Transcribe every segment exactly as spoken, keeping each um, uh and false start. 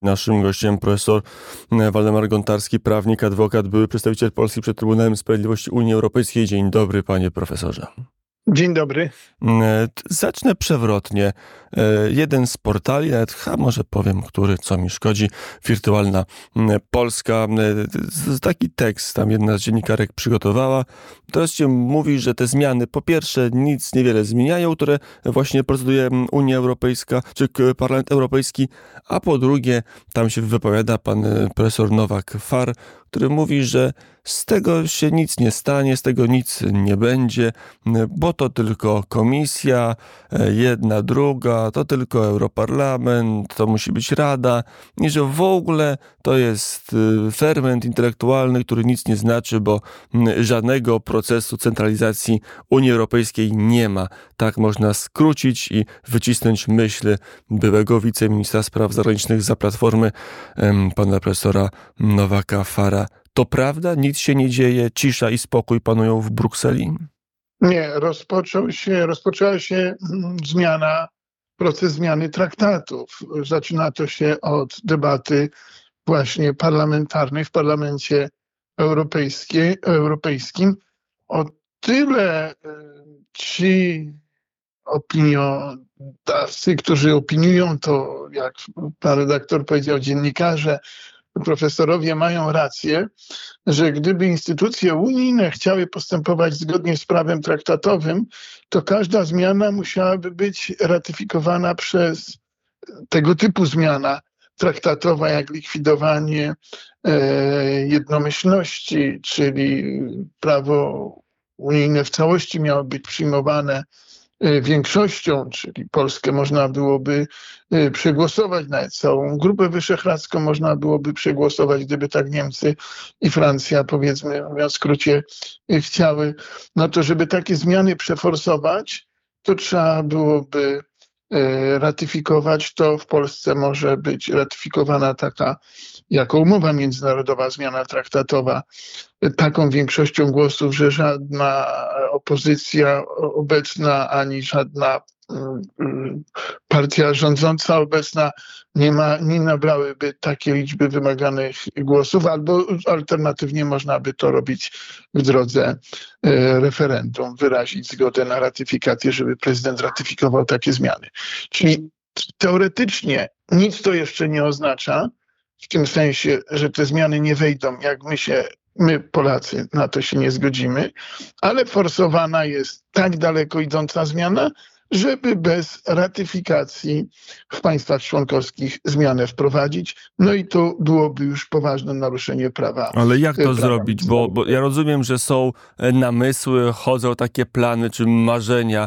Naszym gościem profesor Waldemar Gontarski, prawnik, adwokat, były przedstawiciel Polski przed Trybunałem Sprawiedliwości Unii Europejskiej. Dzień dobry, panie profesorze. Dzień dobry. Zacznę przewrotnie. Jeden z portali, nawet ha, może powiem, który, co mi szkodzi, Wirtualna Polska, taki tekst tam jedna z dziennikarek przygotowała. Wreszcie mówi, że te zmiany po pierwsze nic niewiele zmieniają, które właśnie proceduje Unia Europejska, czy Parlament Europejski, a po drugie tam się wypowiada pan profesor Nowak-Far, który mówi, że z tego się nic nie stanie, z tego nic nie będzie, bo to tylko komisja, jedna, druga, to tylko Europarlament, to musi być Rada i że w ogóle to jest ferment intelektualny, który nic nie znaczy, bo żadnego procesu centralizacji Unii Europejskiej nie ma. Tak można skrócić i wycisnąć myśl byłego wiceministra spraw zagranicznych za Platformy, pana profesora Nowaka-Fara. To prawda? Nic się nie dzieje, cisza i spokój panują w Brukseli? Nie, rozpoczął się, rozpoczęła się zmiana, proces zmiany traktatów. Zaczyna to się od debaty właśnie parlamentarnej w Parlamencie Europejskie, Europejskim. O tyle ci opiniodawcy, którzy opiniują to, jak pan redaktor powiedział, dziennikarze, profesorowie mają rację, że gdyby instytucje unijne chciały postępować zgodnie z prawem traktatowym, to każda zmiana musiałaby być ratyfikowana przez tego typu zmiana traktatowa, jak likwidowanie e, jednomyślności, czyli prawo unijne w całości miało być przyjmowane większością, czyli Polskę można byłoby przegłosować, nawet całą Grupę Wyszehradzką można byłoby przegłosować, gdyby tak Niemcy i Francja, powiedzmy, mówiąc w skrócie, chciały. No to żeby takie zmiany przeforsować, to trzeba byłoby ratyfikować. To w Polsce może być ratyfikowana taka jako umowa międzynarodowa, zmiana traktatowa, taką większością głosów, że żadna opozycja obecna ani żadna partia rządząca obecna nie, ma, nie nabrałyby takiej liczby wymaganych głosów, albo alternatywnie można by to robić w drodze referendum, wyrazić zgodę na ratyfikację, żeby prezydent ratyfikował takie zmiany. Czyli teoretycznie nic to jeszcze nie oznacza, w tym sensie, że te zmiany nie wejdą, jak my się, my Polacy na to się nie zgodzimy, ale forsowana jest tak daleko idąca zmiana, żeby bez ratyfikacji w państwach członkowskich zmianę wprowadzić. No i to byłoby już poważne naruszenie prawa. Ale jak to zrobić? Bo, bo ja rozumiem, że są namysły, chodzą takie plany czy marzenia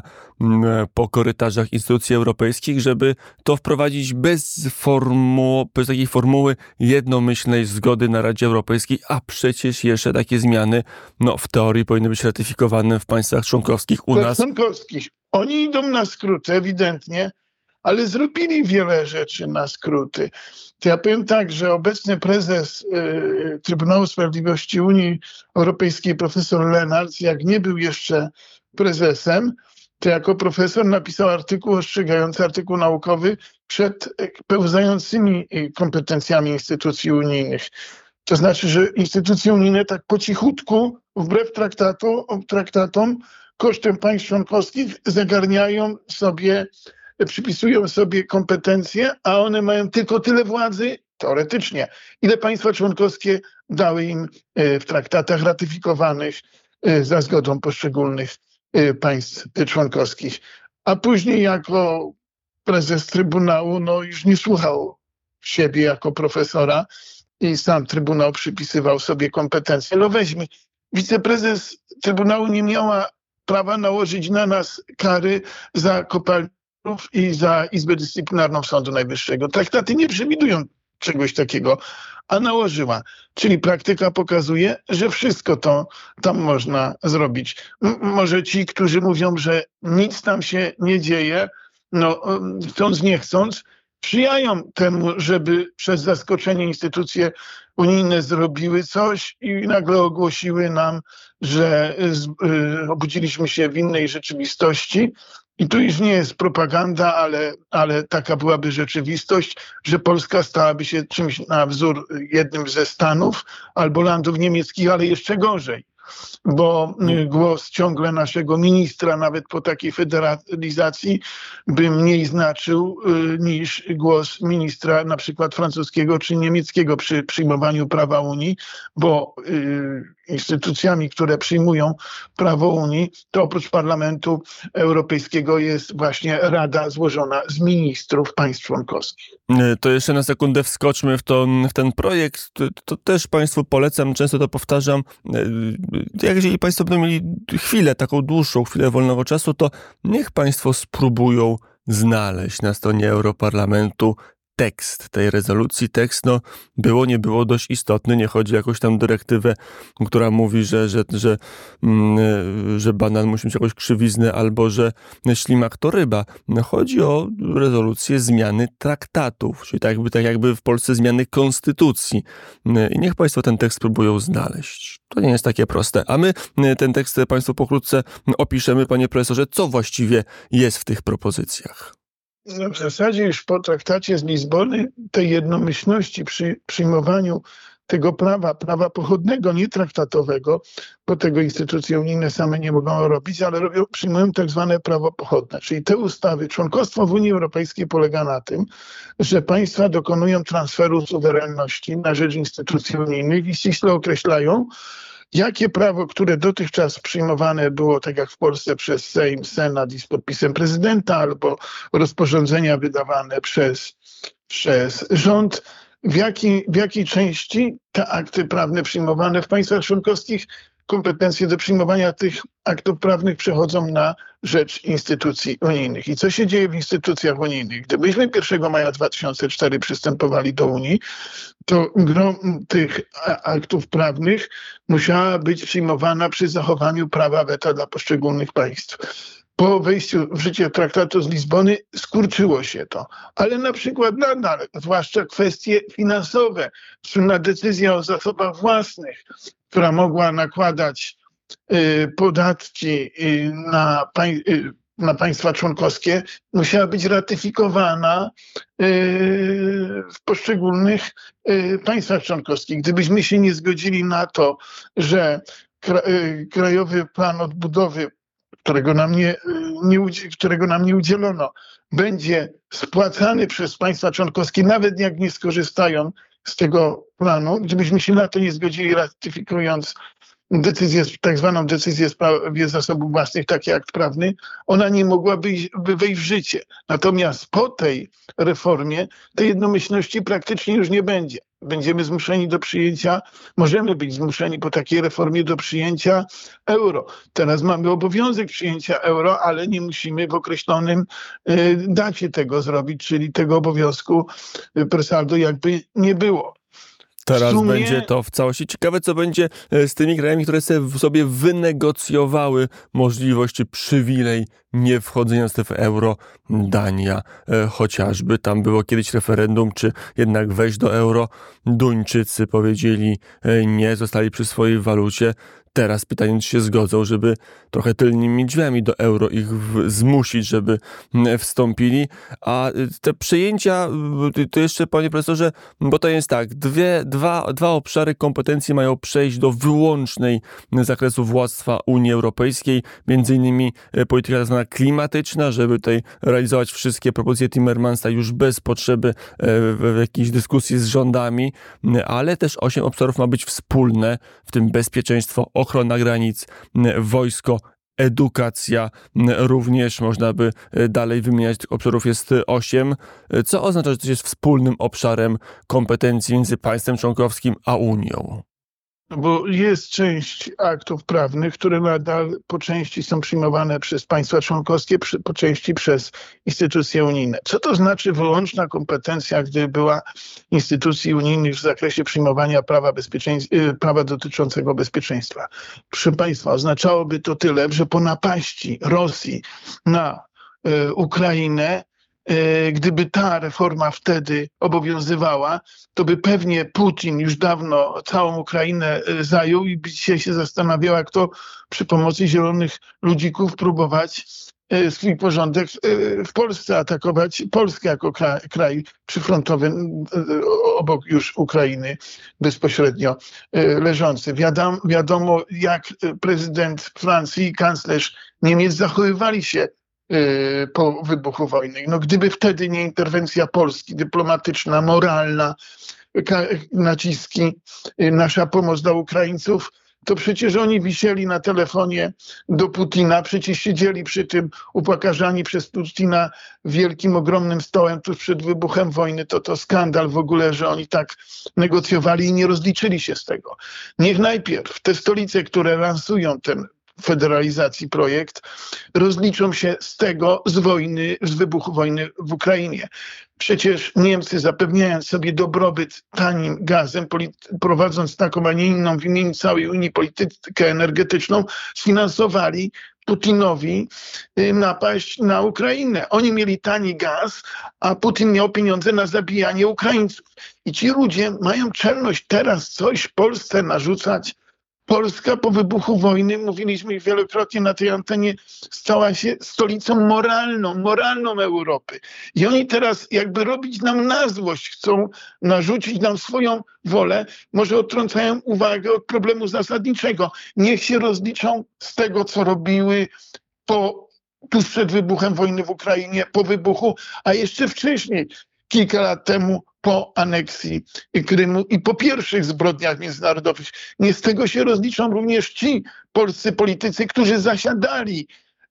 po korytarzach instytucji europejskich, żeby to wprowadzić bez, formu, bez takiej formuły jednomyślnej zgody na Radzie Europejskiej, a przecież jeszcze takie zmiany no, w teorii powinny być ratyfikowane w państwach członkowskich. U nas... członkowskich. Oni idą na skróty, ewidentnie, ale zrobili wiele rzeczy na skróty. To ja powiem tak, że obecny prezes y, Trybunału Sprawiedliwości Unii Europejskiej, profesor Lenarts, jak nie był jeszcze prezesem, to jako profesor napisał artykuł ostrzegający, artykuł naukowy przed pełzającymi kompetencjami instytucji unijnych. To znaczy, że instytucje unijne tak po cichutku, wbrew traktatu, traktatom, kosztem państw członkowskich zagarniają sobie, przypisują sobie kompetencje, a one mają tylko tyle władzy, teoretycznie, ile państwa członkowskie dały im w traktatach ratyfikowanych za zgodą poszczególnych państw członkowskich. A później jako prezes Trybunału no już nie słuchał siebie jako profesora i sam Trybunał przypisywał sobie kompetencje. No weźmy, wiceprezes Trybunału nie miała prawa nałożyć na nas kary za kopalniów i za Izbę Dyscyplinarną Sądu Najwyższego. Traktaty nie przewidują czegoś takiego, a nałożyła. Czyli praktyka pokazuje, że wszystko to tam można zrobić. M- może ci, którzy mówią, że nic tam się nie dzieje, no chcąc nie chcąc, sprzyjają temu, żeby przez zaskoczenie instytucje unijne zrobiły coś i nagle ogłosiły nam, że y, obudziliśmy się w innej rzeczywistości I tu już nie jest propaganda, ale, ale taka byłaby rzeczywistość, że Polska stałaby się czymś na wzór jednym ze Stanów albo landów niemieckich, ale jeszcze gorzej. Bo głos ciągle naszego ministra, nawet po takiej federalizacji, by mniej znaczył niż głos ministra na przykład francuskiego czy niemieckiego przy przyjmowaniu prawa Unii, bo instytucjami, które przyjmują prawo Unii, to oprócz Parlamentu Europejskiego jest właśnie Rada złożona z ministrów państw członkowskich. To jeszcze na sekundę wskoczmy w, to, w ten projekt. To, to też Państwu polecam, często to powtarzam. Jak jeżeli Państwo będą mieli chwilę, taką dłuższą chwilę wolnego czasu, to niech Państwo spróbują znaleźć na stronie Europarlamentu tekst tej rezolucji. Tekst, no, było, nie było dość istotny. Nie chodzi o jakąś tam dyrektywę, która mówi, że, że, że, mm, że banan musi mieć jakąś krzywiznę albo że ślimak to ryba. Chodzi o rezolucję zmiany traktatów, czyli tak jakby, tak jakby w Polsce zmiany konstytucji. I niech Państwo ten tekst próbują znaleźć. To nie jest takie proste. A my ten tekst Państwu pokrótce opiszemy, panie profesorze, co właściwie jest w tych propozycjach. No w zasadzie już po traktacie z Lizbony tej jednomyślności przy przyjmowaniu tego prawa, prawa pochodnego, nie traktatowego, bo tego instytucje unijne same nie mogą robić, ale robią, przyjmują tak zwane prawo pochodne. Czyli te ustawy, członkostwo w Unii Europejskiej polega na tym, że państwa dokonują transferu suwerenności na rzecz instytucji unijnych i ściśle określają, jakie prawo, które dotychczas przyjmowane było, tak jak w Polsce, przez Sejm, Senat i z podpisem prezydenta, albo rozporządzenia wydawane przez, przez rząd, w, jaki, w jakiej części te akty prawne przyjmowane w państwach członkowskich, kompetencje do przyjmowania tych aktów prawnych przechodzą na rzecz instytucji unijnych. I co się dzieje w instytucjach unijnych? Gdybyśmy pierwszego maja dwa tysiące czwartego przystępowali do Unii, to gro tych aktów prawnych musiała być przyjmowana przy zachowaniu prawa weta dla poszczególnych państw. Po wejściu w życie traktatu z Lizbony skurczyło się to. Ale na przykład nadal, zwłaszcza kwestie finansowe, słynna decyzja o zasobach własnych, która mogła nakładać y, podatki y, na, pań, y, na państwa członkowskie, musiała być ratyfikowana y, w poszczególnych y, państwach członkowskich. Gdybyśmy się nie zgodzili na to, że kra, y, Krajowy Plan Odbudowy, którego nam nie, nie, którego nam nie udzielono, będzie spłacany przez państwa członkowskie, nawet jak nie skorzystają z tego planu, gdybyśmy się na to nie zgodzili, ratyfikując decyzję, tak zwaną decyzję w sprawie zasobów własnych, taki akt prawny, ona nie mogłaby wejść w życie. Natomiast po tej reformie tej jednomyślności praktycznie już nie będzie. Będziemy zmuszeni do przyjęcia, możemy być zmuszeni po takiej reformie do przyjęcia euro. Teraz mamy obowiązek przyjęcia euro, ale nie musimy w określonym y, dacie tego zrobić, czyli tego obowiązku y, per saldo jakby nie było. Teraz sumie... będzie to w całości. Ciekawe, co będzie z tymi krajami, które sobie wynegocjowały możliwość czy przywilej nie wchodzenia w strefę euro. Dania e, chociażby. Tam było kiedyś referendum, czy jednak wejść do euro. Duńczycy powiedzieli e, nie, zostali przy swojej walucie. Teraz pytanie, czy się zgodzą, żeby trochę tylnymi drzwiami do euro ich w, zmusić, żeby wstąpili. A te przejęcia, to jeszcze, panie profesorze, bo to jest tak, dwie, dwa, dwa obszary kompetencji mają przejść do wyłącznej zakresu władztwa Unii Europejskiej, między innymi polityka tak zwana klimatyczna, żeby tutaj realizować wszystkie propozycje Timmermansa już bez potrzeby w jakiejś dyskusji z rządami, ale też osiem obszarów ma być wspólne, w tym bezpieczeństwo, ochrona granic, wojsko, edukacja, również można by dalej wymieniać, tych obszarów jest osiem, co oznacza, że to jest wspólnym obszarem kompetencji między państwem członkowskim a Unią. Bo jest część aktów prawnych, które nadal po części są przyjmowane przez państwa członkowskie, po części przez instytucje unijne. Co to znaczy wyłączna kompetencja, gdy była instytucji unijnych w zakresie przyjmowania prawa, prawa dotyczącego bezpieczeństwa? Proszę państwa, oznaczałoby to tyle, że po napaści Rosji na y, Ukrainę, gdyby ta reforma wtedy obowiązywała, to by pewnie Putin już dawno całą Ukrainę zajął i by dzisiaj się zastanawiał, jak to przy pomocy zielonych ludzików próbować e, swój porządek e, w Polsce, atakować Polskę jako kraj, kraj przyfrontowy e, obok już Ukrainy bezpośrednio e, leżący. Wiadomo, wiadomo, jak prezydent Francji i kanclerz Niemiec zachowywali się e, po wybuchu wojny. No, gdyby wtedy nie interwencja Polski, dyplomatyczna, moralna, ka- naciski, e, nasza pomoc dla Ukraińców, to przecież oni wisieli na telefonie do Putina, przecież siedzieli przy tym upokarzani przez Putina wielkim, ogromnym stołem tuż przed wybuchem wojny. To to skandal w ogóle, że oni tak negocjowali i nie rozliczyli się z tego. Niech najpierw te stolice, które lansują ten federalizacji projekt, rozliczą się z tego, z wojny, z wybuchu wojny w Ukrainie. Przecież Niemcy, zapewniając sobie dobrobyt tanim gazem, prowadząc taką, a nie inną w imieniu całej Unii politykę energetyczną, sfinansowali Putinowi napaść na Ukrainę. Oni mieli tani gaz, a Putin miał pieniądze na zabijanie Ukraińców. I ci ludzie mają czelność teraz coś Polsce narzucać. Polska po wybuchu wojny, mówiliśmy wielokrotnie na tej antenie, stała się stolicą moralną, moralną Europy. I oni teraz jakby robić nam na złość, chcą narzucić nam swoją wolę, może odtrącają uwagę od problemu zasadniczego. Niech się rozliczą z tego, co robiły po, tuż przed wybuchem wojny w Ukrainie, po wybuchu, a jeszcze wcześniej, kilka lat temu, po aneksji Krymu i po pierwszych zbrodniach międzynarodowych. Nie z tego się rozliczą również ci polscy politycy, którzy zasiadali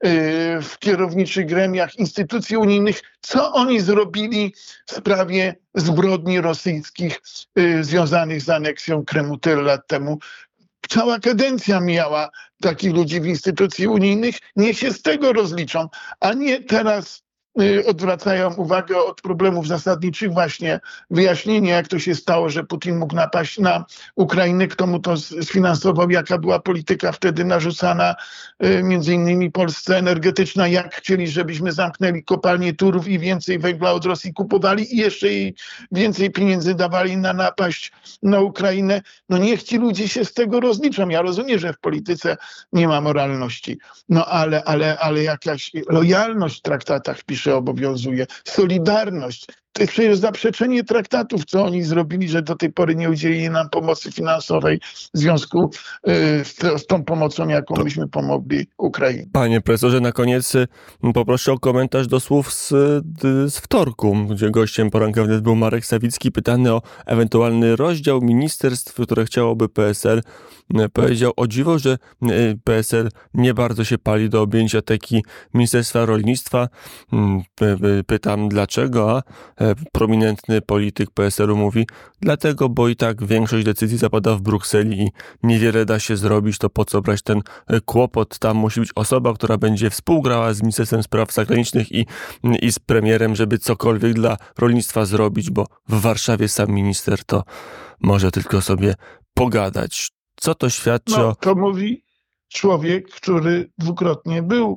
w kierowniczych gremiach instytucji unijnych, co oni zrobili w sprawie zbrodni rosyjskich związanych z aneksją Krymu tyle lat temu. Cała kadencja miała takich ludzi w instytucji unijnych. Niech się z tego rozliczą, a nie teraz odwracają uwagę od problemów zasadniczych, właśnie wyjaśnienie, jak to się stało, że Putin mógł napaść na Ukrainę, kto mu to sfinansował, jaka była polityka wtedy narzucana między innymi Polsce energetyczna, jak chcieli, żebyśmy zamknęli kopalnię Turów i więcej węgla od Rosji kupowali i jeszcze jej więcej pieniędzy dawali na napaść na Ukrainę. No niech ci ludzie się z tego rozliczą. Ja rozumiem, że w polityce nie ma moralności, no ale, ale, ale jakaś lojalność w traktatach pisze, obowiązuje. Solidarność. To jest przecież zaprzeczenie traktatów, co oni zrobili, że do tej pory nie udzielili nam pomocy finansowej w związku y, z, z tą pomocą, jaką To- myśmy pomogli Ukrainie. Panie profesorze, na koniec y, poproszę o komentarz do słów z, y, z wtorku, gdzie gościem poranka wnet był Marek Sawicki, pytany o ewentualny rozdział ministerstw, które chciałoby P S L. Y, Powiedział: o dziwo, że y, P S L nie bardzo się pali do objęcia teki Ministerstwa Rolnictwa. Mm, py- py- Pytam dlaczego, a e, prominentny polityk P S L-u mówi: dlatego, bo i tak większość decyzji zapada w Brukseli i niewiele da się zrobić, to po co brać ten e, kłopot? Tam musi być osoba, która będzie współgrała z Ministerstwem Spraw Zagranicznych i, i z premierem, żeby cokolwiek dla rolnictwa zrobić, bo w Warszawie sam minister to może tylko sobie pogadać. Co to świadczy No, o... to mówi człowiek, który dwukrotnie był,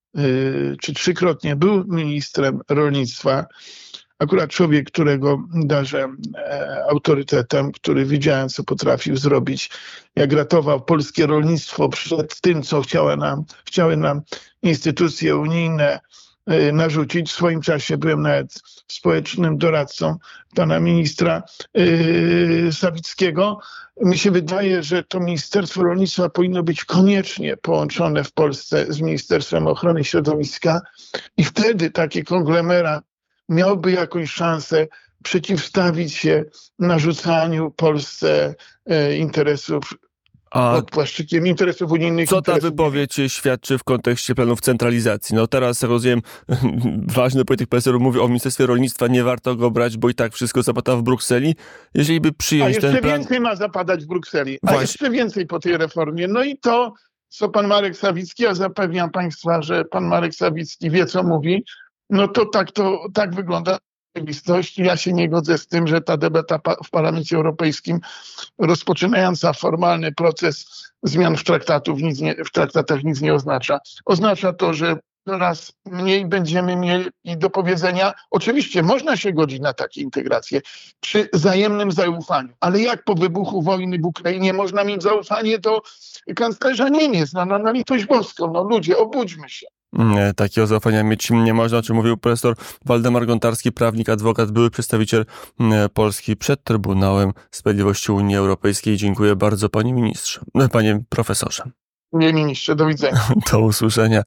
y, czy trzykrotnie był ministrem rolnictwa. Akurat człowiek, którego darzę e, autorytetem, który wiedziałem, co potrafił zrobić, jak ratował polskie rolnictwo przed tym, co chciały nam, chciały nam instytucje unijne e, narzucić. W swoim czasie byłem nawet społecznym doradcą pana ministra e, Sawickiego. Mi się wydaje, że to Ministerstwo Rolnictwa powinno być koniecznie połączone w Polsce z Ministerstwem Ochrony Środowiska i wtedy taki konglomerat miałby jakąś szansę przeciwstawić się narzucaniu Polsce e, interesów A pod płaszczykiem interesów unijnych. co ta interesów wypowiedź świadczy w kontekście planów centralizacji? No teraz, rozumiem, ważny polityk P S L-u mówi o Ministerstwie Rolnictwa, nie warto go brać, bo i tak wszystko zapada w Brukseli. Jeżeli by A przyjąć jeszcze ten plan... więcej ma zapadać w Brukseli. A Właśnie. jeszcze więcej po tej reformie. No i to, co pan Marek Sawicki, a zapewniam państwa, że pan Marek Sawicki wie, co mówi, no to tak, to tak wygląda rzeczywistość. Ja się nie godzę z tym, że ta debata pa- w Parlamencie Europejskim, rozpoczynająca formalny proces zmian w, traktatów, nic nie, w traktatach, nic nie oznacza. Oznacza to, że coraz mniej będziemy mieli do powiedzenia. Oczywiście można się godzić na takie integracje przy wzajemnym zaufaniu, ale jak po wybuchu wojny w Ukrainie można mieć zaufanie do kanclerza Niemiec? No, no, na litość boską, no ludzie, obudźmy się. Nie, takiego zaufania mieć nie można, o czym mówił profesor Waldemar Gontarski, prawnik, adwokat, były przedstawiciel mm, Polski przed Trybunałem Sprawiedliwości Unii Europejskiej. Dziękuję bardzo, panie ministrze, panie profesorze. Panie ministrze, do widzenia. Do usłyszenia.